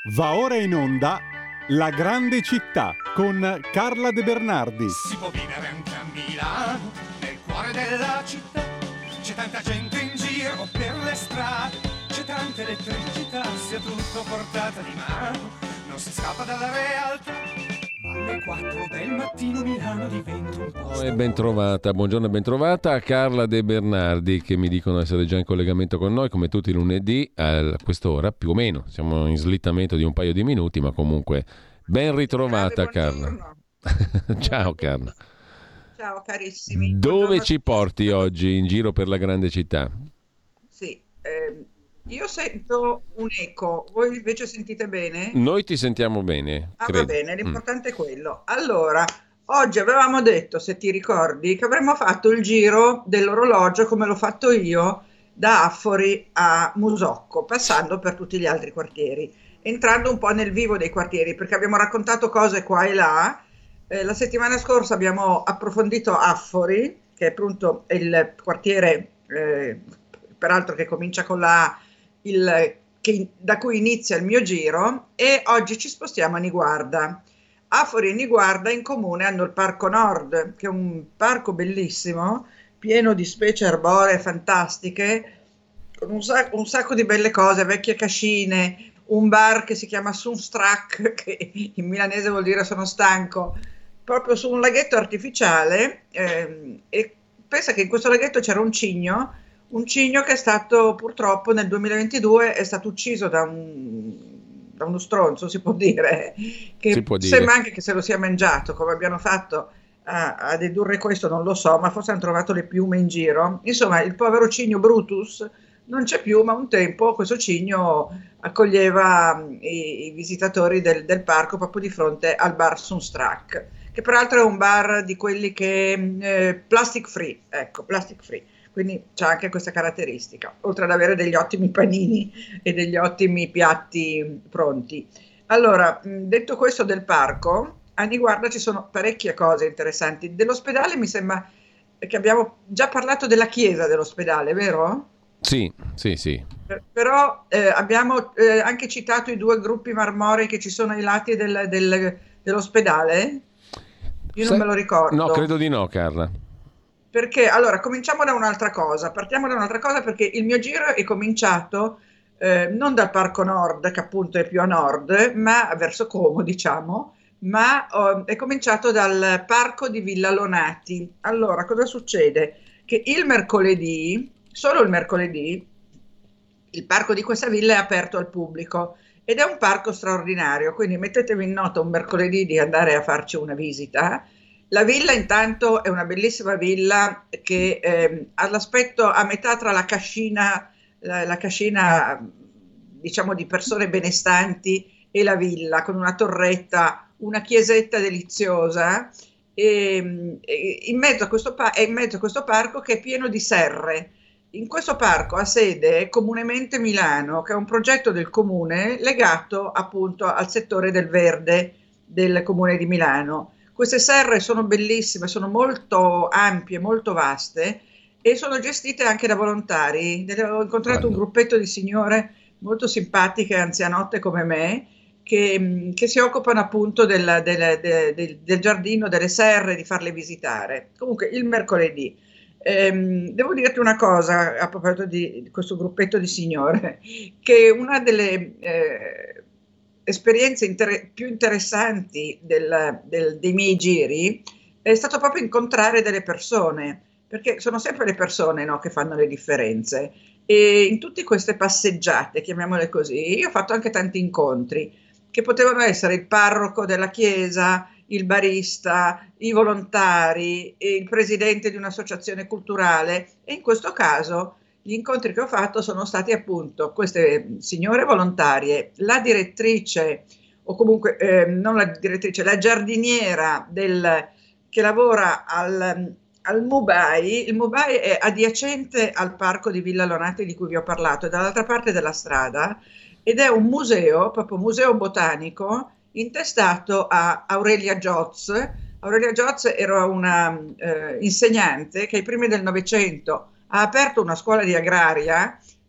Va ora in onda La grande città con Carla De Bernardi. Si può vivere anche a Milano, nel cuore della città. C'è tanta gente in giro per le strade, c'è tanta elettricità, sia tutto portata di mano, non si scappa dalla realtà. Alle 4 del mattino Milano diventa un posto. E ben trovata, buongiorno e ben trovata a Carla De Bernardi, che mi dicono essere già in collegamento con noi come tutti i lunedì a quest'ora, più o meno. Siamo in slittamento di un paio di minuti, ma comunque ben ritrovata Carla. Ciao Carla. Ciao carissimi. Dove Buongiorno. ci porti oggi in giro per la grande città? Sì, io sento un eco, voi invece sentite bene? Noi ti sentiamo bene, Ah, credo. va bene, l'importante è quello. Allora, oggi avevamo detto, se ti ricordi, che avremmo fatto il giro dell'orologio come l'ho fatto io da Affori a Musocco, passando per tutti gli altri quartieri, entrando un po' nel vivo dei quartieri, perché abbiamo raccontato cose qua e là. La settimana scorsa abbiamo approfondito Affori, che è appunto il quartiere, peraltro che comincia con la A, da cui inizia il mio giro, e oggi ci spostiamo a Niguarda. Affori e Niguarda in comune hanno il Parco Nord, che è un parco bellissimo, pieno di specie arboree fantastiche, con un sacco di belle cose, vecchie cascine, un bar che si chiama Sunstrak, che in milanese vuol dire sono stanco, proprio su un laghetto artificiale, e pensa che in questo laghetto c'era un cigno che è stato purtroppo nel 2022 è stato ucciso da uno stronzo, si può dire, che Si può dire. sembra anche che se lo sia mangiato, come abbiano fatto a dedurre questo non lo so, ma forse hanno trovato le piume in giro. Insomma, il povero cigno Brutus non c'è più, ma un tempo questo cigno accoglieva i visitatori del parco proprio di fronte al bar Sunstrak, che peraltro è un bar di quelli che plastic free, ecco, plastic free. Quindi c'è anche questa caratteristica, oltre ad avere degli ottimi panini e degli ottimi piatti pronti. Allora, detto questo del parco, a Niguarda ci sono parecchie cose interessanti. Dell'ospedale mi sembra che abbiamo già parlato della chiesa dell'ospedale, vero? Sì. Però abbiamo anche citato i due gruppi marmorei che ci sono ai lati dell'ospedale. Io non me lo ricordo. No, credo di no, Carla. Perché allora cominciamo da un'altra cosa, partiamo da un'altra cosa perché il mio giro è cominciato non dal Parco Nord, che appunto è più a nord, ma verso Como, diciamo, ma è cominciato dal Parco di Villa Lonati. Allora, cosa succede? Che il mercoledì, solo il mercoledì, il parco di questa villa è aperto al pubblico ed è un parco straordinario, quindi mettetevi in nota un mercoledì di andare a farci una visita. La villa intanto è una bellissima villa che ha l'aspetto a metà tra la cascina diciamo di persone benestanti e la villa, con una torretta, una chiesetta deliziosa, e in mezzo a questo parco che è pieno di serre. In questo parco ha sede Comunemente Milano, che è un progetto del comune legato appunto al settore del verde del comune di Milano. Queste serre sono bellissime, sono molto ampie, molto vaste e sono gestite anche da volontari. Ho incontrato un gruppetto di signore molto simpatiche, anzianotte come me, che si occupano appunto del giardino, delle serre, di farle visitare. Comunque il mercoledì. Devo dirti una cosa a proposito di questo gruppetto di signore, che una delle esperienze più interessanti dei miei giri è stato proprio incontrare delle persone, perché sono sempre le persone, no, che fanno le differenze, e in tutte queste passeggiate, chiamiamole così, io ho fatto anche tanti incontri che potevano essere il parroco della chiesa, il barista, i volontari, il presidente di un'associazione culturale, e in questo caso gli incontri che ho fatto sono stati appunto queste signore volontarie, la direttrice, o comunque non la direttrice, la giardiniera che lavora al Mubai. Il Mubai è adiacente al parco di Villa Lonati di cui vi ho parlato, è dall'altra parte della strada, ed è un museo, proprio museo botanico, intestato a Aurelia Giotz. Aurelia Giotz era una insegnante che ai primi del Novecento ha aperto una scuola di agraria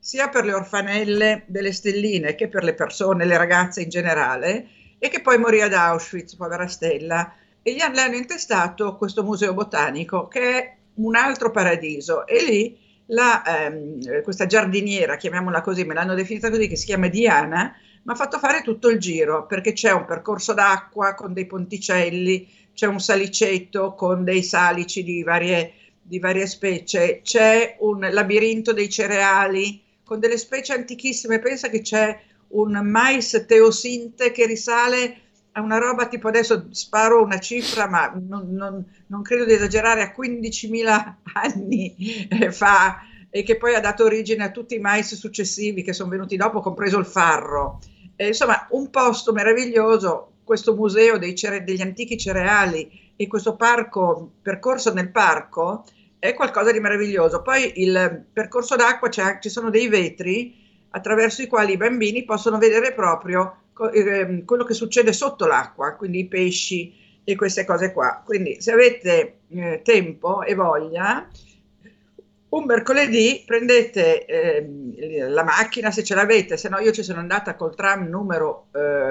sia per le orfanelle delle stelline che per le persone, le ragazze in generale, e che poi morì ad Auschwitz, povera Stella, e le hanno intestato questo museo botanico che è un altro paradiso, e lì questa giardiniera, chiamiamola così, me l'hanno definita così, che si chiama Diana, mi ha fatto fare tutto il giro, perché c'è un percorso d'acqua con dei ponticelli, c'è un salicetto con dei salici di varie specie, c'è un labirinto dei cereali con delle specie antichissime. Pensa che c'è un mais teosinte che risale a una roba tipo, adesso sparo una cifra, ma non credo di esagerare, a 15.000 anni fa, e che poi ha dato origine a tutti i mais successivi che sono venuti dopo, compreso il farro. Insomma, un posto meraviglioso, questo museo degli antichi cereali e questo percorso nel parco è qualcosa di meraviglioso. Poi il percorso d'acqua, ci sono dei vetri attraverso i quali i bambini possono vedere proprio quello che succede sotto l'acqua, quindi i pesci e queste cose qua. Quindi se avete tempo e voglia, un mercoledì prendete la macchina, se ce l'avete, se no io ci sono andata col tram numero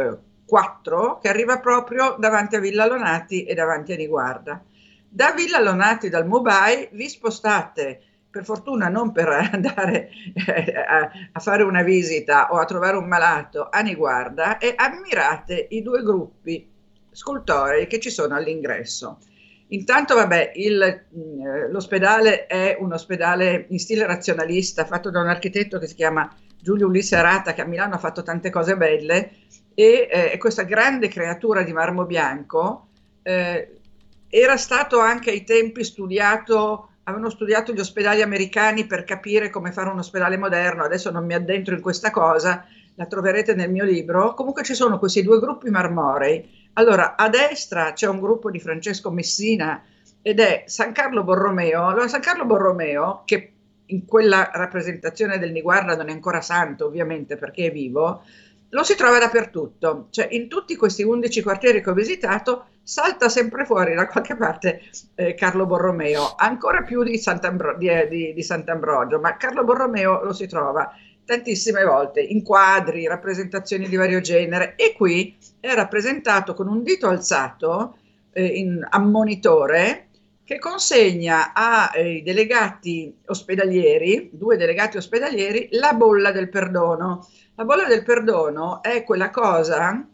4, che arriva proprio davanti a Villa Lonati e davanti a Niguarda. Da Villa Lonati, dal Mobai, vi spostate, per fortuna non per andare a fare una visita o a trovare un malato, a Niguarda, e ammirate i 2 gruppi scultorei che ci sono all'ingresso. Intanto, vabbè, l'ospedale è un ospedale in stile razionalista, fatto da un architetto che si chiama Giulio Ulisse Arata, che a Milano ha fatto tante cose belle, e questa grande creatura di marmo bianco era stato anche ai tempi avevano studiato gli ospedali americani per capire come fare un ospedale moderno. Adesso non mi addentro in questa cosa, la troverete nel mio libro. Comunque ci sono questi 2 gruppi marmorei. Allora, a destra c'è un gruppo di Francesco Messina ed è San Carlo Borromeo. Allora, San Carlo Borromeo, che in quella rappresentazione del Niguarda non è ancora santo, ovviamente, perché è vivo, lo si trova dappertutto. Cioè, in tutti questi 11 quartieri che ho visitato salta sempre fuori da qualche parte Carlo Borromeo, ancora più di Sant'Ambrogio, ma Carlo Borromeo lo si trova tantissime volte, in quadri, rappresentazioni di vario genere, e qui è rappresentato con un dito alzato in ammonitore, che consegna ai delegati ospedalieri, 2 delegati ospedalieri, la bolla del perdono. La bolla del perdono è quella cosa,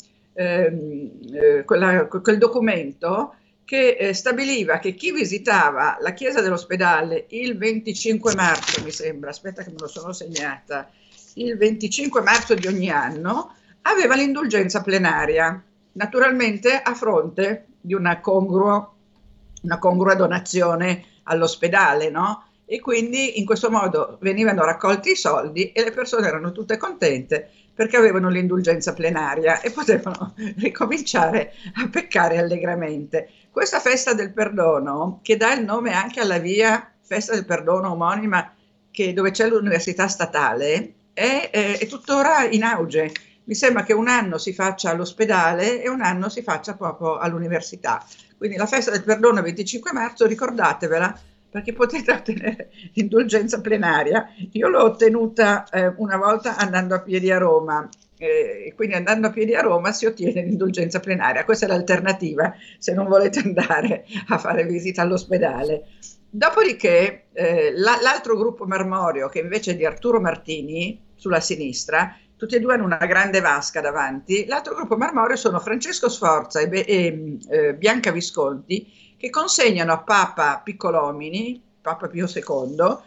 quel documento che stabiliva che chi visitava la chiesa dell'ospedale il 25 marzo, mi sembra, aspetta che me lo sono segnata, il 25 marzo di ogni anno, aveva l'indulgenza plenaria, naturalmente a fronte di una congrua donazione all'ospedale, no? E quindi in questo modo venivano raccolti i soldi e le persone erano tutte contente perché avevano l'indulgenza plenaria e potevano ricominciare a peccare allegramente. Questa festa del perdono, che dà il nome anche alla via Festa del Perdono omonima, dove c'è l'università statale, è tuttora in auge. Mi sembra che un anno si faccia all'ospedale e un anno si faccia proprio all'università. Quindi la festa del perdono 25 marzo, ricordatevela, perché potete ottenere l'indulgenza plenaria. Io l'ho ottenuta una volta andando a piedi a Roma, quindi andando a piedi a Roma si ottiene l'indulgenza plenaria. Questa è l'alternativa se non volete andare a fare visita all'ospedale. Dopodiché l'altro gruppo marmoreo, che invece è di Arturo Martini, sulla sinistra, tutti e 2 hanno una grande vasca davanti. L'altro gruppo marmoreo sono Francesco Sforza e Bianca Visconti, che consegnano a Papa Piccolomini, Papa Pio II,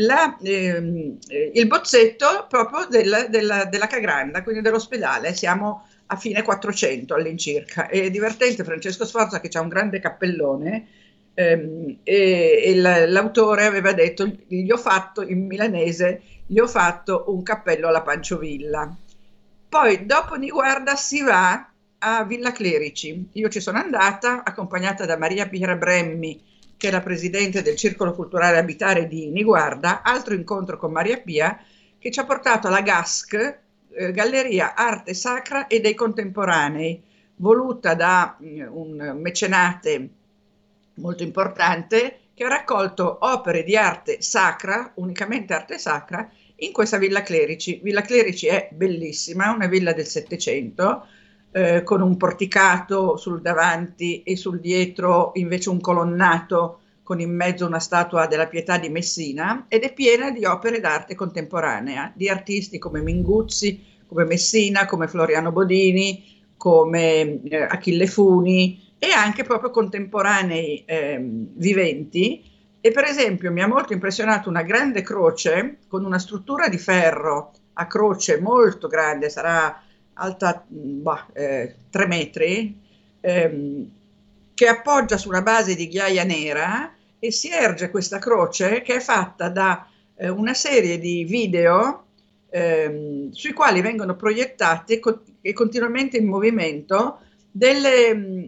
il bozzetto proprio della Cagranda, quindi dell'ospedale. Siamo a fine 400 all'incirca. È divertente Francesco Sforza, che ha un grande cappellone, e l'autore aveva detto, gli ho fatto in milanese, gli ho fatto un cappello alla Panciovilla. Poi dopo Niguarda si va a Villa Clerici. Io ci sono andata accompagnata da Maria Pira Bremmi, che è la presidente del Circolo Culturale Abitare di Niguarda. Altro incontro con Maria Pia, che ci ha portato alla GASC, Galleria Arte Sacra e dei Contemporanei, voluta da un mecenate molto importante, che ha raccolto opere di arte sacra, unicamente arte sacra, in questa Villa Clerici. Villa Clerici è bellissima, una villa del Settecento, con un porticato sul davanti e sul dietro invece un colonnato con in mezzo una statua della Pietà di Messina, ed è piena di opere d'arte contemporanea, di artisti come Minguzzi, come Messina, come Floriano Bodini, come Achille Funi, e anche proprio contemporanei viventi. E per esempio mi ha molto impressionato una grande croce con una struttura di ferro a croce molto grande, sarà alta 3 metri, che appoggia su una base di ghiaia nera, e si erge questa croce che è fatta da una serie di video sui quali vengono proiettate e continuamente in movimento delle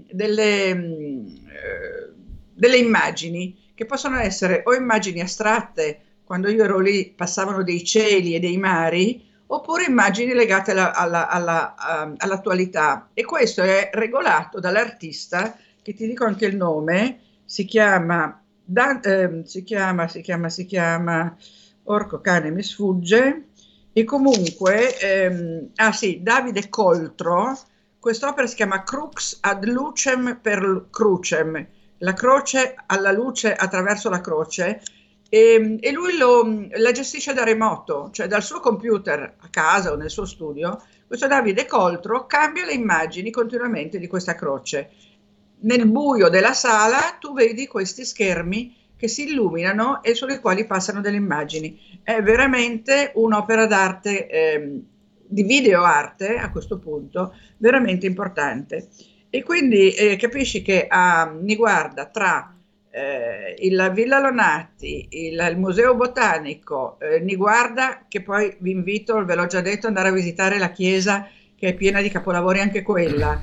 immagini che possono essere o immagini astratte, quando io ero lì passavano dei cieli e dei mari, oppure immagini legate all'attualità. E questo è regolato dall'artista, che ti dico anche il nome, si chiama orco cane mi sfugge, e comunque Davide Coltro. Quest'opera si chiama Crux ad lucem per crucem, la croce alla luce attraverso la croce, e lui la gestisce da remoto, cioè dal suo computer a casa o nel suo studio. Questo Davide Coltro cambia le immagini continuamente di questa croce. Nel buio della sala tu vedi questi schermi che si illuminano e sulle quali passano delle immagini. È veramente un'opera d'arte, di videoarte a questo punto, veramente importante. E quindi capisci che a Niguarda, tra la Villa Lonati, il Museo Botanico, Niguarda, che poi vi invito, ve l'ho già detto, andare a visitare la chiesa, che è piena di capolavori anche quella,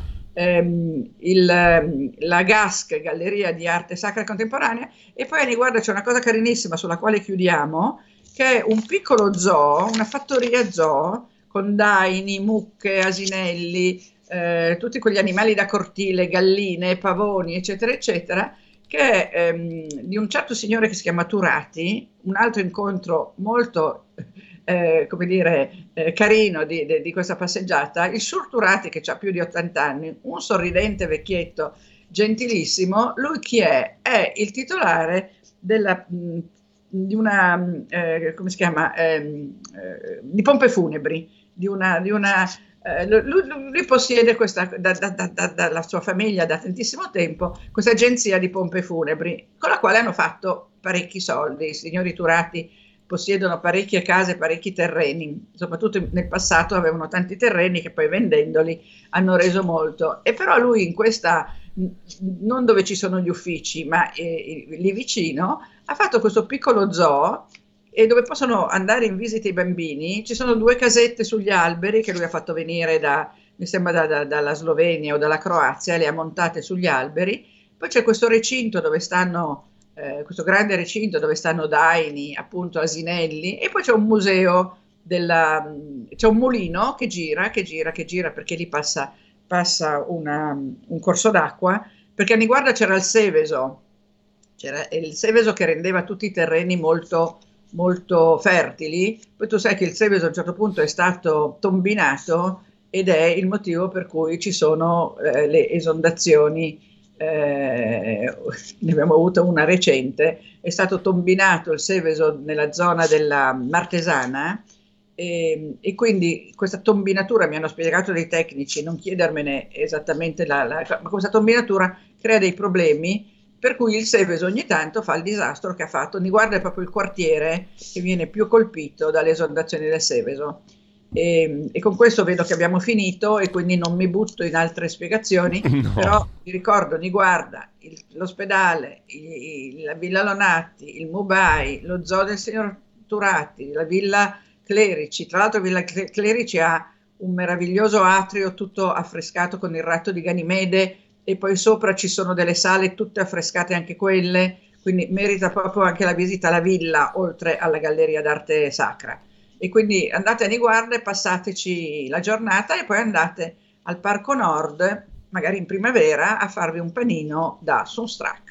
la GASC, Galleria di Arte Sacra e Contemporanea, e poi a Niguarda c'è una cosa carinissima sulla quale chiudiamo, che è un piccolo zoo, una fattoria zoo, con daini, mucche, asinelli, tutti quegli animali da cortile, galline, pavoni, eccetera, eccetera, che è di un certo signore che si chiama Turati. Un altro incontro molto, carino di questa passeggiata, il Sur Turati, che ha più di 80 anni, un sorridente vecchietto, gentilissimo. Lui chi è? È il titolare di una, come si chiama, di pompe funebri, lui possiede questa, dalla sua famiglia da tantissimo tempo, questa agenzia di pompe funebri, con la quale hanno fatto parecchi soldi. I signori Turati possiedono parecchie case, parecchi terreni, soprattutto nel passato avevano tanti terreni che poi vendendoli hanno reso molto. E però lui in questa, non dove ci sono gli uffici, ma lì vicino, ha fatto questo piccolo zoo, e dove possono andare in visita i bambini. Ci sono 2 casette sugli alberi che lui ha fatto venire mi sembra dalla Slovenia o dalla Croazia, le ha montate sugli alberi. Poi c'è questo recinto dove stanno, questo grande recinto dove stanno daini, appunto asinelli, e poi c'è un museo, c'è un mulino che gira perché lì passa un corso d'acqua, perché a Niguarda c'era il Seveso che rendeva tutti i terreni molto molto fertili. Poi tu sai che il Seveso a un certo punto è stato tombinato, ed è il motivo per cui ci sono le esondazioni, ne abbiamo avuto una recente, è stato tombinato il Seveso nella zona della Martesana, e quindi questa tombinatura, mi hanno spiegato dei tecnici, non chiedermene esattamente ma questa tombinatura crea dei problemi, per cui il Seveso ogni tanto fa il disastro che ha fatto. Niguarda è proprio il quartiere che viene più colpito dalle esondazioni del Seveso. E con questo vedo che abbiamo finito, e quindi non mi butto in altre spiegazioni, no. Però vi ricordo Niguarda, l'ospedale, la Villa Lonati, il Mubai, lo zoo del signor Turati, la Villa Clerici. Tra l'altro Villa Clerici ha un meraviglioso atrio tutto affrescato con il ratto di Ganimede, e poi sopra ci sono delle sale tutte affrescate anche quelle, quindi merita proprio anche la visita alla villa, oltre alla Galleria d'Arte Sacra. E quindi andate a Niguarda e passateci la giornata, e poi andate al Parco Nord, magari in primavera, a farvi un panino da Sunstrack.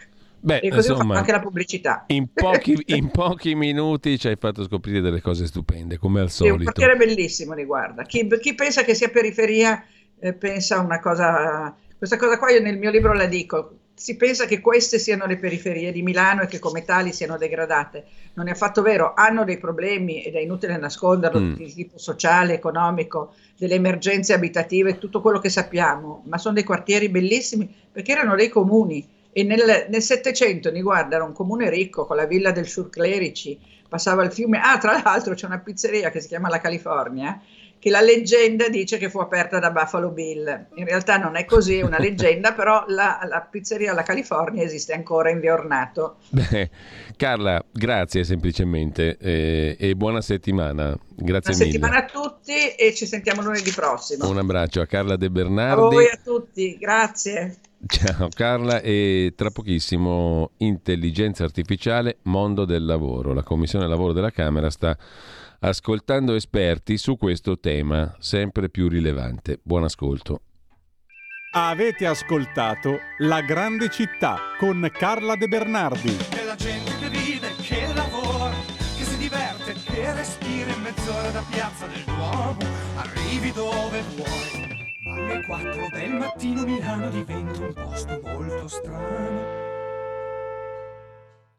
Beh, e così ho insomma, fatto anche la pubblicità. In pochi minuti ci hai fatto scoprire delle cose stupende, come al Sì, un solito. quartiere bellissimo, riguarda. Chi pensa che sia periferia pensa una cosa. Questa cosa qua io nel mio libro la dico. Si pensa che queste siano le periferie di Milano e che come tali siano degradate. Non è affatto vero, hanno dei problemi ed è inutile nasconderlo di tipo sociale, economico, delle emergenze abitative, tutto quello che sappiamo, ma sono dei quartieri bellissimi perché erano dei comuni. E nel Settecento, guarda, era un comune ricco con la villa del Surclerici, passava il fiume. Ah, tra l'altro c'è una pizzeria che si chiama La California, che la leggenda dice che fu aperta da Buffalo Bill. In realtà non è così, è una leggenda, però la pizzeria La California esiste ancora in via Ornato. Beh, Carla, grazie semplicemente e buona settimana. Grazie Buona mille. settimana a tutti e ci sentiamo lunedì prossimo. Un abbraccio a Carla De A Bernardi. voi, a tutti, grazie. Ciao Carla, e tra pochissimo intelligenza artificiale, mondo del lavoro. La Commissione Lavoro della Camera sta ascoltando esperti su questo tema sempre più rilevante. Buon ascolto. Avete ascoltato La Grande Città con Carla De Bernardi. Della gente che vive, che lavora, che si diverte, che respira in mezz'ora da Piazza del Duomo, arrivi dove vuoi. Alle 4 del mattino Milano diventa un posto molto strano.